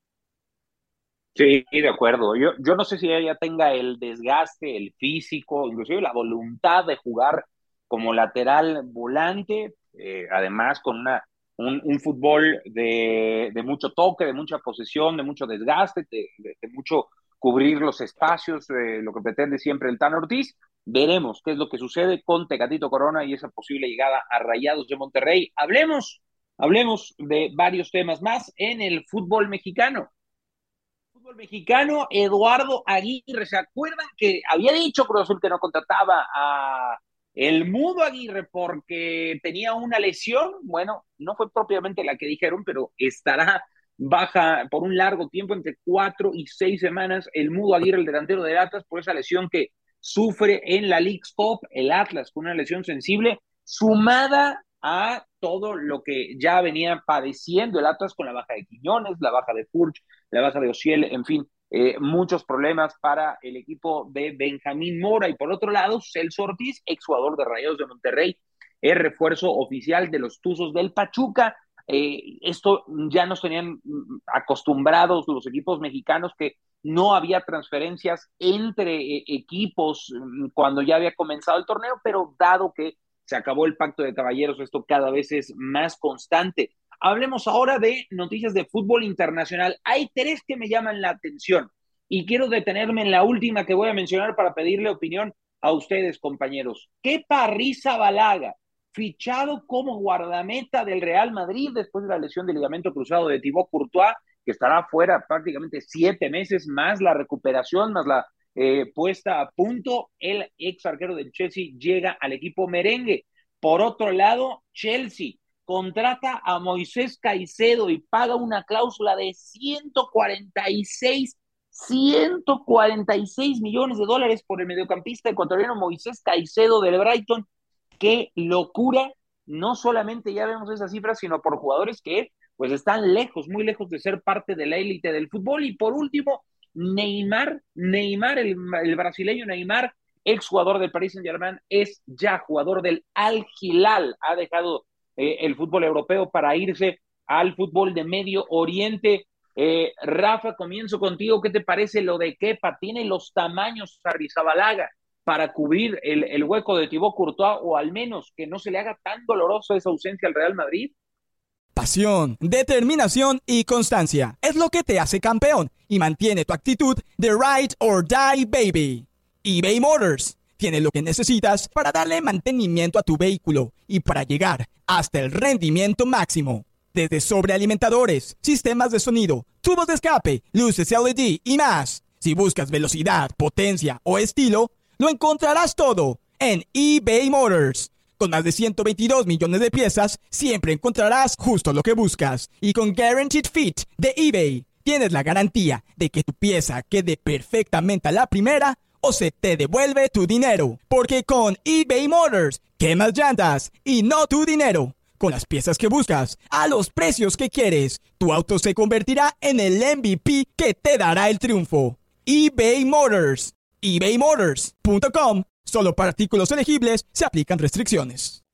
Sí, de acuerdo. Yo, yo no sé si ella tenga el desgaste, el físico, inclusive la voluntad de jugar como lateral volante, eh, además con una, un, un fútbol de, de mucho toque, de mucha posesión, de mucho desgaste, de, de, de mucho cubrir los espacios, eh, lo que pretende siempre el Tan Ortiz. Veremos qué es lo que sucede con Tecatito Corona y esa posible llegada a Rayados de Monterrey. Hablemos, hablemos de varios temas más en el fútbol mexicano. Fútbol mexicano, Eduardo Aguirre, ¿se acuerdan que había dicho Cruz Azul que no contrataba a el Mudo Aguirre porque tenía una lesión? Bueno, no fue propiamente la que dijeron, pero estará baja por un largo tiempo, entre cuatro y seis semanas, el Mudo Aguirre, el delantero de Atlas, por esa lesión que sufre en la League's Cup, el Atlas, con una lesión sensible, sumada a todo lo que ya venía padeciendo el Atlas con la baja de Quiñones, la baja de Furch, la baja de Ociel, en fin, eh, muchos problemas para el equipo de Benjamín Mora. Y por otro lado, Celso Ortiz, exjugador de Rayados de Monterrey, es refuerzo oficial de los Tuzos del Pachuca. Eh, esto ya nos tenían acostumbrados los equipos mexicanos, que no había transferencias entre eh, equipos cuando ya había comenzado el torneo, pero dado que se acabó el pacto de caballeros, esto cada vez es más constante. Hablemos ahora de noticias de fútbol internacional. Hay tres que me llaman la atención y quiero detenerme en la última que voy a mencionar para pedirle opinión a ustedes, compañeros. Kepa Arrizabalaga, fichado como guardameta del Real Madrid después de la lesión del ligamento cruzado de Thibaut Courtois, que estará fuera prácticamente siete meses, más la recuperación, más la eh, puesta a punto. El ex arquero del Chelsea llega al equipo merengue. Por otro lado, Chelsea contrata a Moisés Caicedo y paga una cláusula de ciento cuarenta y seis millones de dólares por el mediocampista ecuatoriano Moisés Caicedo del Brighton. ¡Qué locura! No solamente ya vemos esas cifras, sino por jugadores que pues están lejos, muy lejos de ser parte de la élite del fútbol. Y por último, Neymar, Neymar, el, el brasileño Neymar, ex jugador del Paris Saint-Germain, es ya jugador del Al Hilal. Ha dejado eh, el fútbol europeo para irse al fútbol de Medio Oriente. Eh, Rafa, comienzo contigo. ¿Qué te parece lo de Kepa? ¿Tiene los tamaños Arrizabalaga para cubrir el, el hueco de Thibaut Courtois, o al menos que no se le haga tan dolorosa esa ausencia al Real Madrid? Pasión, determinación y constancia es lo que te hace campeón y mantiene tu actitud de ride or die, baby. eBay Motors tiene lo que necesitas para darle mantenimiento a tu vehículo y para llegar hasta el rendimiento máximo. Desde sobrealimentadores, sistemas de sonido, tubos de escape, luces L E D y más. Si buscas velocidad, potencia o estilo, lo encontrarás todo en eBay Motors. Con más de ciento veintidós millones de piezas, siempre encontrarás justo lo que buscas. Y con Guaranteed Fit de eBay, tienes la garantía de que tu pieza quede perfectamente a la primera o se te devuelve tu dinero. Porque con eBay Motors, quemas llantas y no tu dinero. con las piezas que buscas, a los precios que quieres, tu auto se convertirá en el M V P que te dará el triunfo. eBay Motors. ebay motors punto com. Solo para artículos elegibles se aplican restricciones.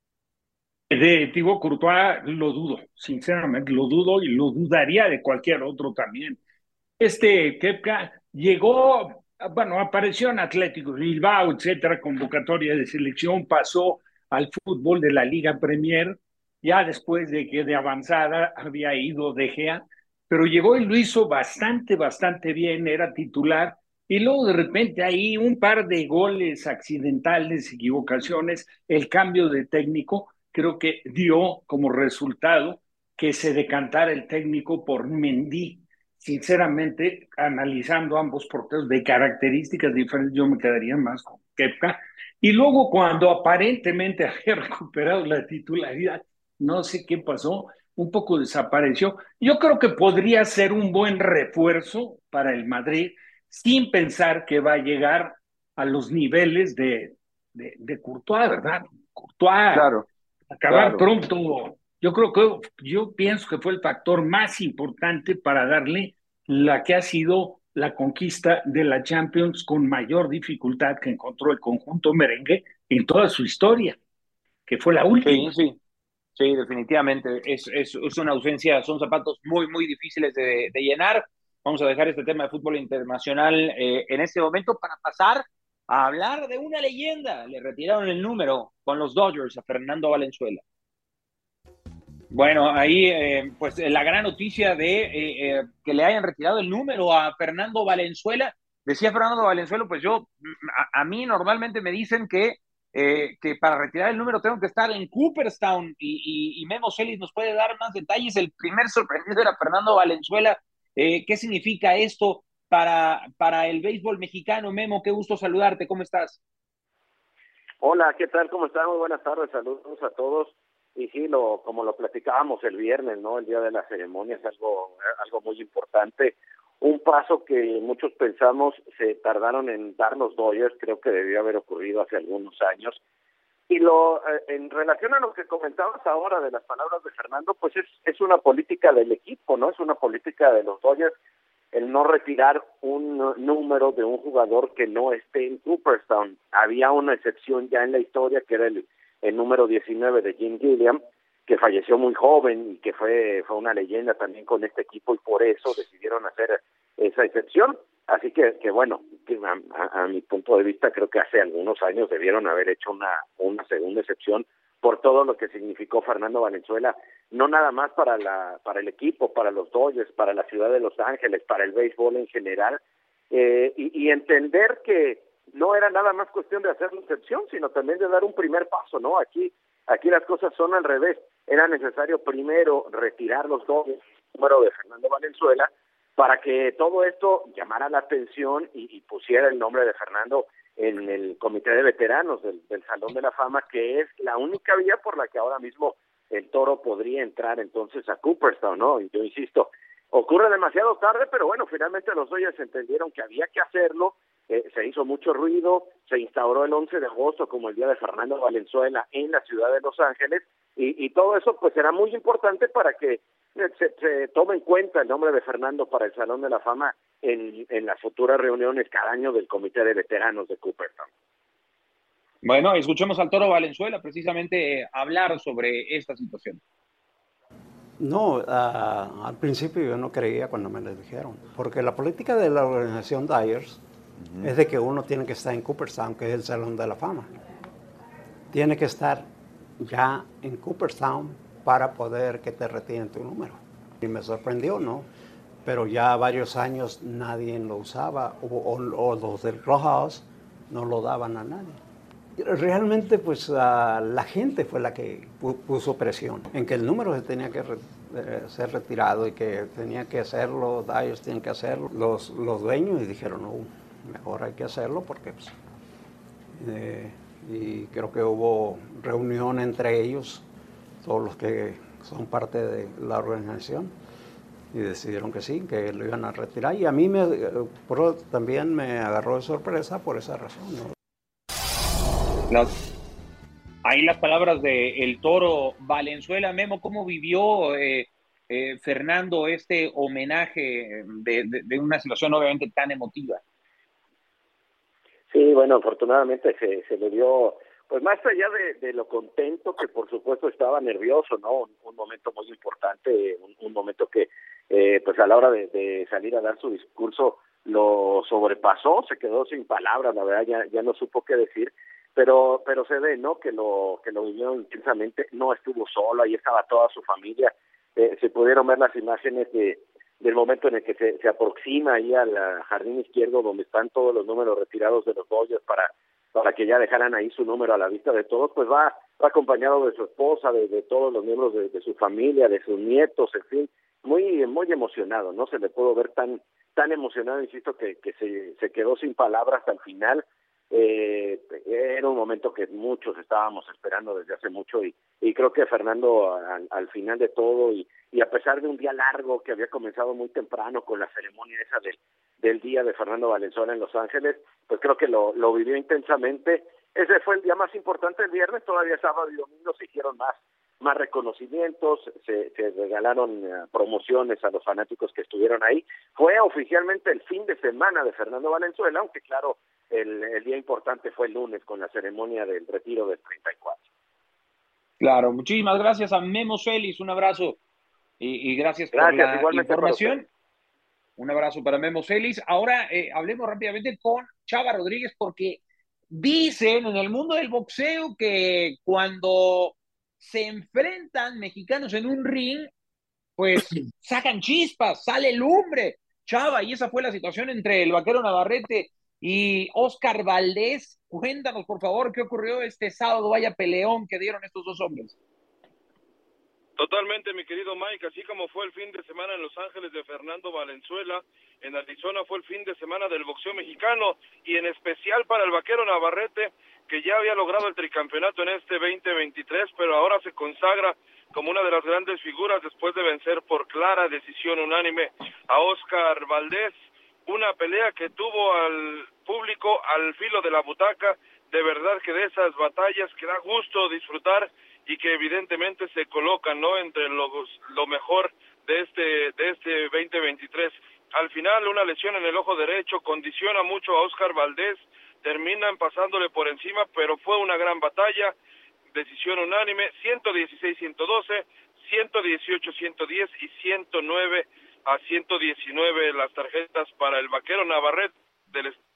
De Thibaut Courtois lo dudo, sinceramente lo dudo y lo dudaría de cualquier otro también. Este Koepka llegó, bueno, apareció en Atlético Bilbao, etcétera, convocatoria de selección, pasó al fútbol de la Liga Premier, ya después de que de avanzada había ido De Gea, pero llegó y lo hizo bastante, bastante bien, era titular, y luego de repente ahí un par de goles accidentales, equivocaciones, el cambio de técnico, creo que dio como resultado que se decantara el técnico por Mendy. Sinceramente, analizando ambos porteros de características diferentes, yo me quedaría más con Koepka. Y luego, cuando aparentemente había recuperado la titularidad, no sé qué pasó, un poco desapareció. Yo creo que podría ser un buen refuerzo para el Madrid, sin pensar que va a llegar a los niveles de, de, de Courtois, ¿verdad? Courtois, claro, acabar claro. pronto. Yo creo que, yo pienso que fue el factor más importante para darle la que ha sido la conquista de la Champions con mayor dificultad que encontró el conjunto merengue en toda su historia, que fue la última. Sí, sí, sí, definitivamente. Es, es, es una ausencia, son zapatos muy, muy difíciles de, de llenar. Vamos a dejar este tema de fútbol internacional eh, en este momento para pasar a hablar de una leyenda. Le retiraron el número con los Dodgers a Fernando Valenzuela. Bueno, ahí eh, pues la gran noticia de eh, eh, que le hayan retirado el número a Fernando Valenzuela. Decía Fernando Valenzuela, pues yo, a, a mí normalmente me dicen que, eh, que para retirar el número tengo que estar en Cooperstown y, y, y Memo Celis nos puede dar más detalles. El primer sorprendido era Fernando Valenzuela. Eh, ¿Qué significa esto para, para el béisbol mexicano? Memo, qué gusto saludarte, ¿cómo estás? Hola, ¿qué tal? ¿Cómo están? Muy buenas tardes, saludos a todos. Y sí, lo, como lo platicábamos el viernes, ¿no? El día de la ceremonia es algo, algo muy importante. Un paso que muchos pensamos se tardaron en dar los Dodgers, creo que debió haber ocurrido hace algunos años. Y lo en relación a lo que comentabas ahora de las palabras de Fernando, pues es, es una política del equipo, ¿no? Es una política de los Dodgers el no retirar un número de un jugador que no esté en Cooperstown. Había una excepción ya en la historia que era el el número diecinueve de Jim Gilliam, que falleció muy joven y que fue fue una leyenda también con este equipo, y por eso decidieron hacer esa excepción. Así que, que bueno, que a, a, a mi punto de vista, creo que hace algunos años debieron haber hecho una, una segunda excepción por todo lo que significó Fernando Valenzuela, no nada más para la para el equipo, para los Dodgers, para la ciudad de Los Ángeles, para el béisbol en general, eh, y, y entender que no era nada más cuestión de hacer la excepción, sino también de dar un primer paso, ¿no? Aquí aquí las cosas son al revés. Era necesario primero retirar los dos número de Fernando Valenzuela para que todo esto llamara la atención y, y pusiera el nombre de Fernando en el comité de veteranos del, del Salón de la Fama, que es la única vía por la que ahora mismo el Toro podría entrar entonces a Cooperstown, ¿no? Y yo insisto, ocurre demasiado tarde, pero bueno, finalmente los Dodgers entendieron que había que hacerlo. Eh, se hizo mucho ruido, se instauró el once de agosto como el día de Fernando Valenzuela en la ciudad de Los Ángeles, y, y todo eso pues será muy importante para que se, se tome en cuenta el nombre de Fernando para el Salón de la Fama en, en las futuras reuniones cada año del Comité de Veteranos de Cooperstown. Bueno, escuchemos al Toro Valenzuela precisamente eh, hablar sobre esta situación. No, uh, al principio yo no creía cuando me lo dijeron, porque la política de la organización Dyers uh-huh. es de que uno tiene que estar en Cooperstown, que es el Salón de la Fama. Tiene que estar ya en Cooperstown para poder que te retiren tu número. Y me sorprendió, ¿no? Pero ya varios años nadie lo usaba, o, o, o los del Clubhouse no lo daban a nadie. Realmente, pues, uh, la gente fue la que puso presión en que el número se tenía que re eh, ser retirado y que tenía que hacerlo, ellos tienen que hacerlo. Los, los dueños y dijeron, no, mejor hay que hacerlo porque, pues, eh, y creo que hubo reunión entre ellos, todos los que son parte de la organización, y decidieron que sí, que lo iban a retirar. Y a mí me, pero también me agarró de sorpresa por esa razón, ¿no? No. Ahí las palabras de el Toro Valenzuela. Memo, ¿cómo vivió eh, eh, Fernando este homenaje de, de, de una situación obviamente tan emotiva? Sí, bueno, afortunadamente se, se le dio, pues más allá de, de lo contento, que por supuesto estaba nervioso, ¿no? Un, un momento muy importante, un, un momento que eh, pues a la hora de, de salir a dar su discurso lo sobrepasó, se quedó sin palabras, la verdad ya, ya no supo qué decir, pero pero se ve, ¿no? Que lo que lo vivió intensamente, no estuvo solo, ahí estaba toda su familia, eh, se pudieron ver las imágenes de del momento en el que se, se aproxima ahí al jardín izquierdo donde están todos los números retirados de los Dodgers para para que ya dejaran ahí su número a la vista de todos, pues va, va acompañado de su esposa, de, de todos los miembros de, de su familia, de sus nietos, en fin, muy muy emocionado, ¿no? Se le pudo ver tan tan emocionado, insisto, que, que se, se quedó sin palabras hasta el final. Eh, era un momento que muchos estábamos esperando desde hace mucho y, y creo que Fernando al, al final de todo y, y a pesar de un día largo que había comenzado muy temprano con la ceremonia esa del, del día de Fernando Valenzuela en Los Ángeles, pues creo que lo, lo vivió intensamente. Ese fue el día más importante el viernes, todavía sábado y domingo se hicieron más más reconocimientos, se, se regalaron uh, promociones a los fanáticos que estuvieron ahí. Fue oficialmente el fin de semana de Fernando Valenzuela, aunque claro, el, el día importante fue el lunes con la ceremonia del retiro del treinta y cuatro. Claro, muchísimas gracias a Memo Celis, un abrazo y, y gracias, gracias por la información. Un abrazo para Memo Celis. Ahora eh, hablemos rápidamente con Chava Rodríguez porque dicen en el mundo del boxeo que cuando se enfrentan mexicanos en un ring, pues sacan chispas, sale lumbre, Chava, y esa fue la situación entre el Vaquero Navarrete y Oscar Valdés. Cuéntanos, por favor, qué ocurrió este sábado, vaya peleón que dieron estos dos hombres. Totalmente, mi querido Mike, así como fue el fin de semana en Los Ángeles de Fernando Valenzuela, en Arizona fue el fin de semana del boxeo mexicano y en especial para el Vaquero Navarrete, que ya había logrado el tricampeonato en este veinte veintitrés, pero ahora se consagra como una de las grandes figuras después de vencer por clara decisión unánime a Oscar Valdés, una pelea que tuvo al público al filo de la butaca, de verdad que de esas batallas que da gusto disfrutar y que evidentemente se colocan, ¿no?, entre los, lo mejor de este de este veinte veintitrés. Al final, una lesión en el ojo derecho condiciona mucho a Oscar Valdés, terminan pasándole por encima, pero fue una gran batalla, decisión unánime, ciento dieciséis a ciento doce, ciento dieciocho a ciento diez y ciento nueve a ciento diecinueve las tarjetas para el Vaquero Navarrete del Est-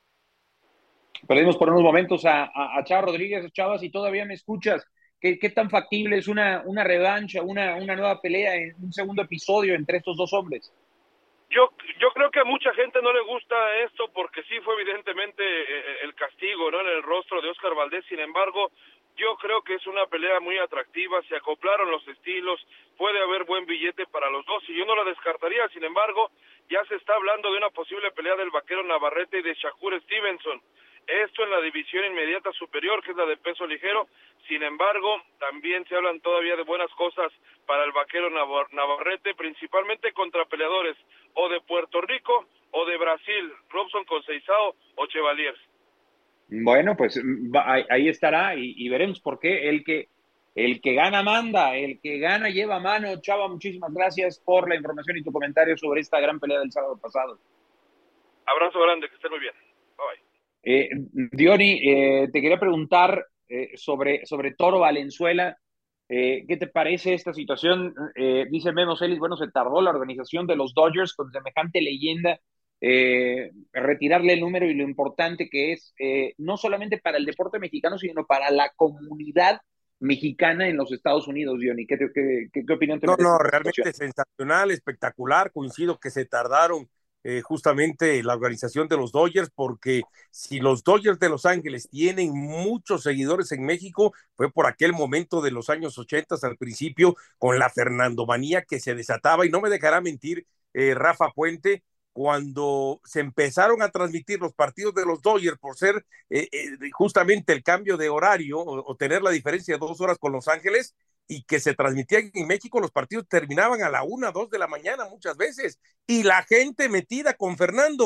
Perdimos por unos momentos a, a, a Chava Rodríguez. Chava, si todavía me escuchas, ¿qué, qué tan factible es una, una revancha, una, una nueva pelea en un segundo episodio entre estos dos hombres? Yo yo creo que a mucha gente no le gusta esto porque sí fue evidentemente eh, el castigo, ¿no?, en el rostro de Oscar Valdés. Sin embargo, yo creo que es una pelea muy atractiva, se acoplaron los estilos, puede haber buen billete para los dos y yo no la descartaría. Sin embargo, ya se está hablando de una posible pelea del Vaquero Navarrete y de Shakur Stevenson. Esto en la división inmediata superior, que es la de peso ligero. Sin embargo, también se hablan todavía de buenas cosas para el Vaquero Navar- Navarrete, principalmente contra peleadores o de Puerto Rico o de Brasil, Robson Conceição o Chevalier. Bueno, pues va, ahí, ahí estará y, y veremos por qué. El que, el que gana manda, el que gana lleva mano. Chava, muchísimas gracias por la información y tu comentario sobre esta gran pelea del sábado pasado. Abrazo grande, que estén muy bien. Bye. Eh, Diony, eh, te quería preguntar eh, sobre, sobre Toro Valenzuela. Eh, ¿Qué te parece esta situación? Eh, dice Memo Celis, bueno, se tardó la organización de los Dodgers con semejante leyenda, eh, retirarle el número y lo importante que es, eh, no solamente para el deporte mexicano, sino para la comunidad mexicana en los Estados Unidos, Diony. ¿Qué, qué, qué, qué opinión te No, merece no, esta realmente situación? sensacional, espectacular. Coincido que se tardaron eh, justamente la organización de los Dodgers, porque si los Dodgers de Los Ángeles tienen muchos seguidores en México, fue por aquel momento de los años ochenta al principio, con la Fernandomanía que se desataba, y no me dejará mentir eh, Rafa Puente, cuando se empezaron a transmitir los partidos de los Dodgers por ser eh, eh, justamente el cambio de horario o, o tener la diferencia de dos horas con Los Ángeles, y que se transmitían en México, los partidos terminaban a la una, dos de la mañana muchas veces, y la gente metida con Fernando.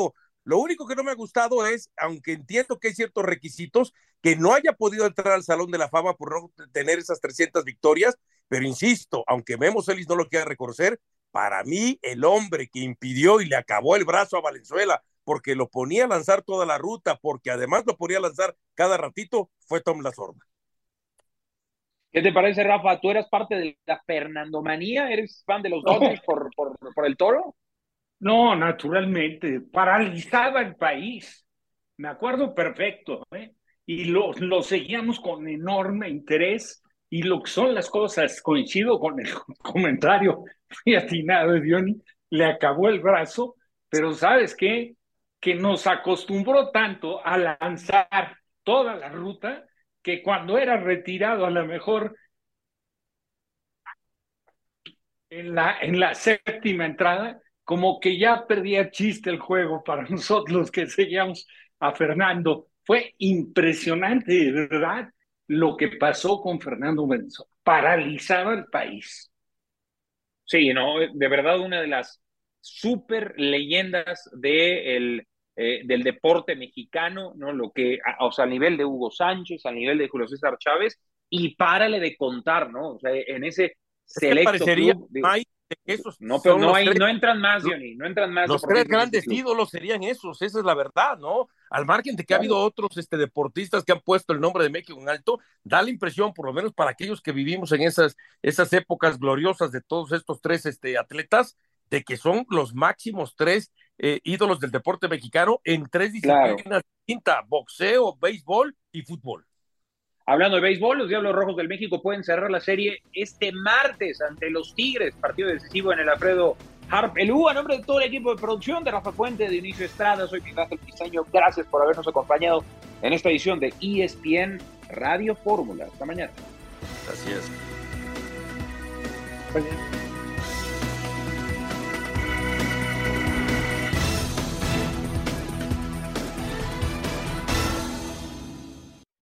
Lo único que no me ha gustado es, aunque entiendo que hay ciertos requisitos, que no haya podido entrar al Salón de la Fama por no tener esas trescientas victorias, pero insisto, aunque Memo Celis no lo quiera reconocer, para mí el hombre que impidió y le acabó el brazo a Valenzuela, porque lo ponía a lanzar toda la ruta, porque además lo ponía a lanzar cada ratito, fue Tom Lasorda. ¿Qué te parece, Rafa? ¿Tú eras parte de la Fernandomanía? ¿Eres fan de los Dodgers no. por, por, por el Toro? No, naturalmente, paralizaba el país, me acuerdo perfecto, ¿eh? Y lo, lo seguíamos con enorme interés, y lo que son las cosas, coincido con el comentario muy atinado de Diony, le acabó el brazo, pero ¿sabes qué? Que nos acostumbró tanto a lanzar toda la ruta, que cuando era retirado a lo mejor en la, en la séptima entrada, como que ya perdía chiste el juego para nosotros los que seguíamos a Fernando. Fue impresionante, de verdad, lo que pasó con Fernando Valenzuela. Paralizaba el país. Sí, no, de verdad una de las super leyendas de el, eh, del deporte mexicano, ¿no? Lo que, a, o sea, a nivel de Hugo Sánchez, a nivel de Julio César Chávez, y párale de contar, ¿no? O sea, en ese selecto parecería, club. Digo, Mike, esos no, pero no, hay, tres, no entran más, Johnny, no entran más. Los tres grandes ídolos serían esos, esa es la verdad, ¿no? Al margen de que claro. ha habido otros este, deportistas que han puesto el nombre de México en alto, da la impresión, por lo menos para aquellos que vivimos en esas, esas épocas gloriosas de todos estos tres este, atletas, de que son los máximos tres eh, ídolos del deporte mexicano en tres disciplinas claro. distintas, boxeo, béisbol y fútbol. Hablando de béisbol, los Diablos Rojos del México pueden cerrar la serie este martes ante los Tigres, partido decisivo en el Alfredo Harp Elú. A nombre de todo el equipo de producción de Rafa Puente, de Dionisio Estrada, soy Miguel Ángel Briseño. Gracias por habernos acompañado en esta edición de E S P N Radio Fórmula. Hasta mañana. Así es. Mañana.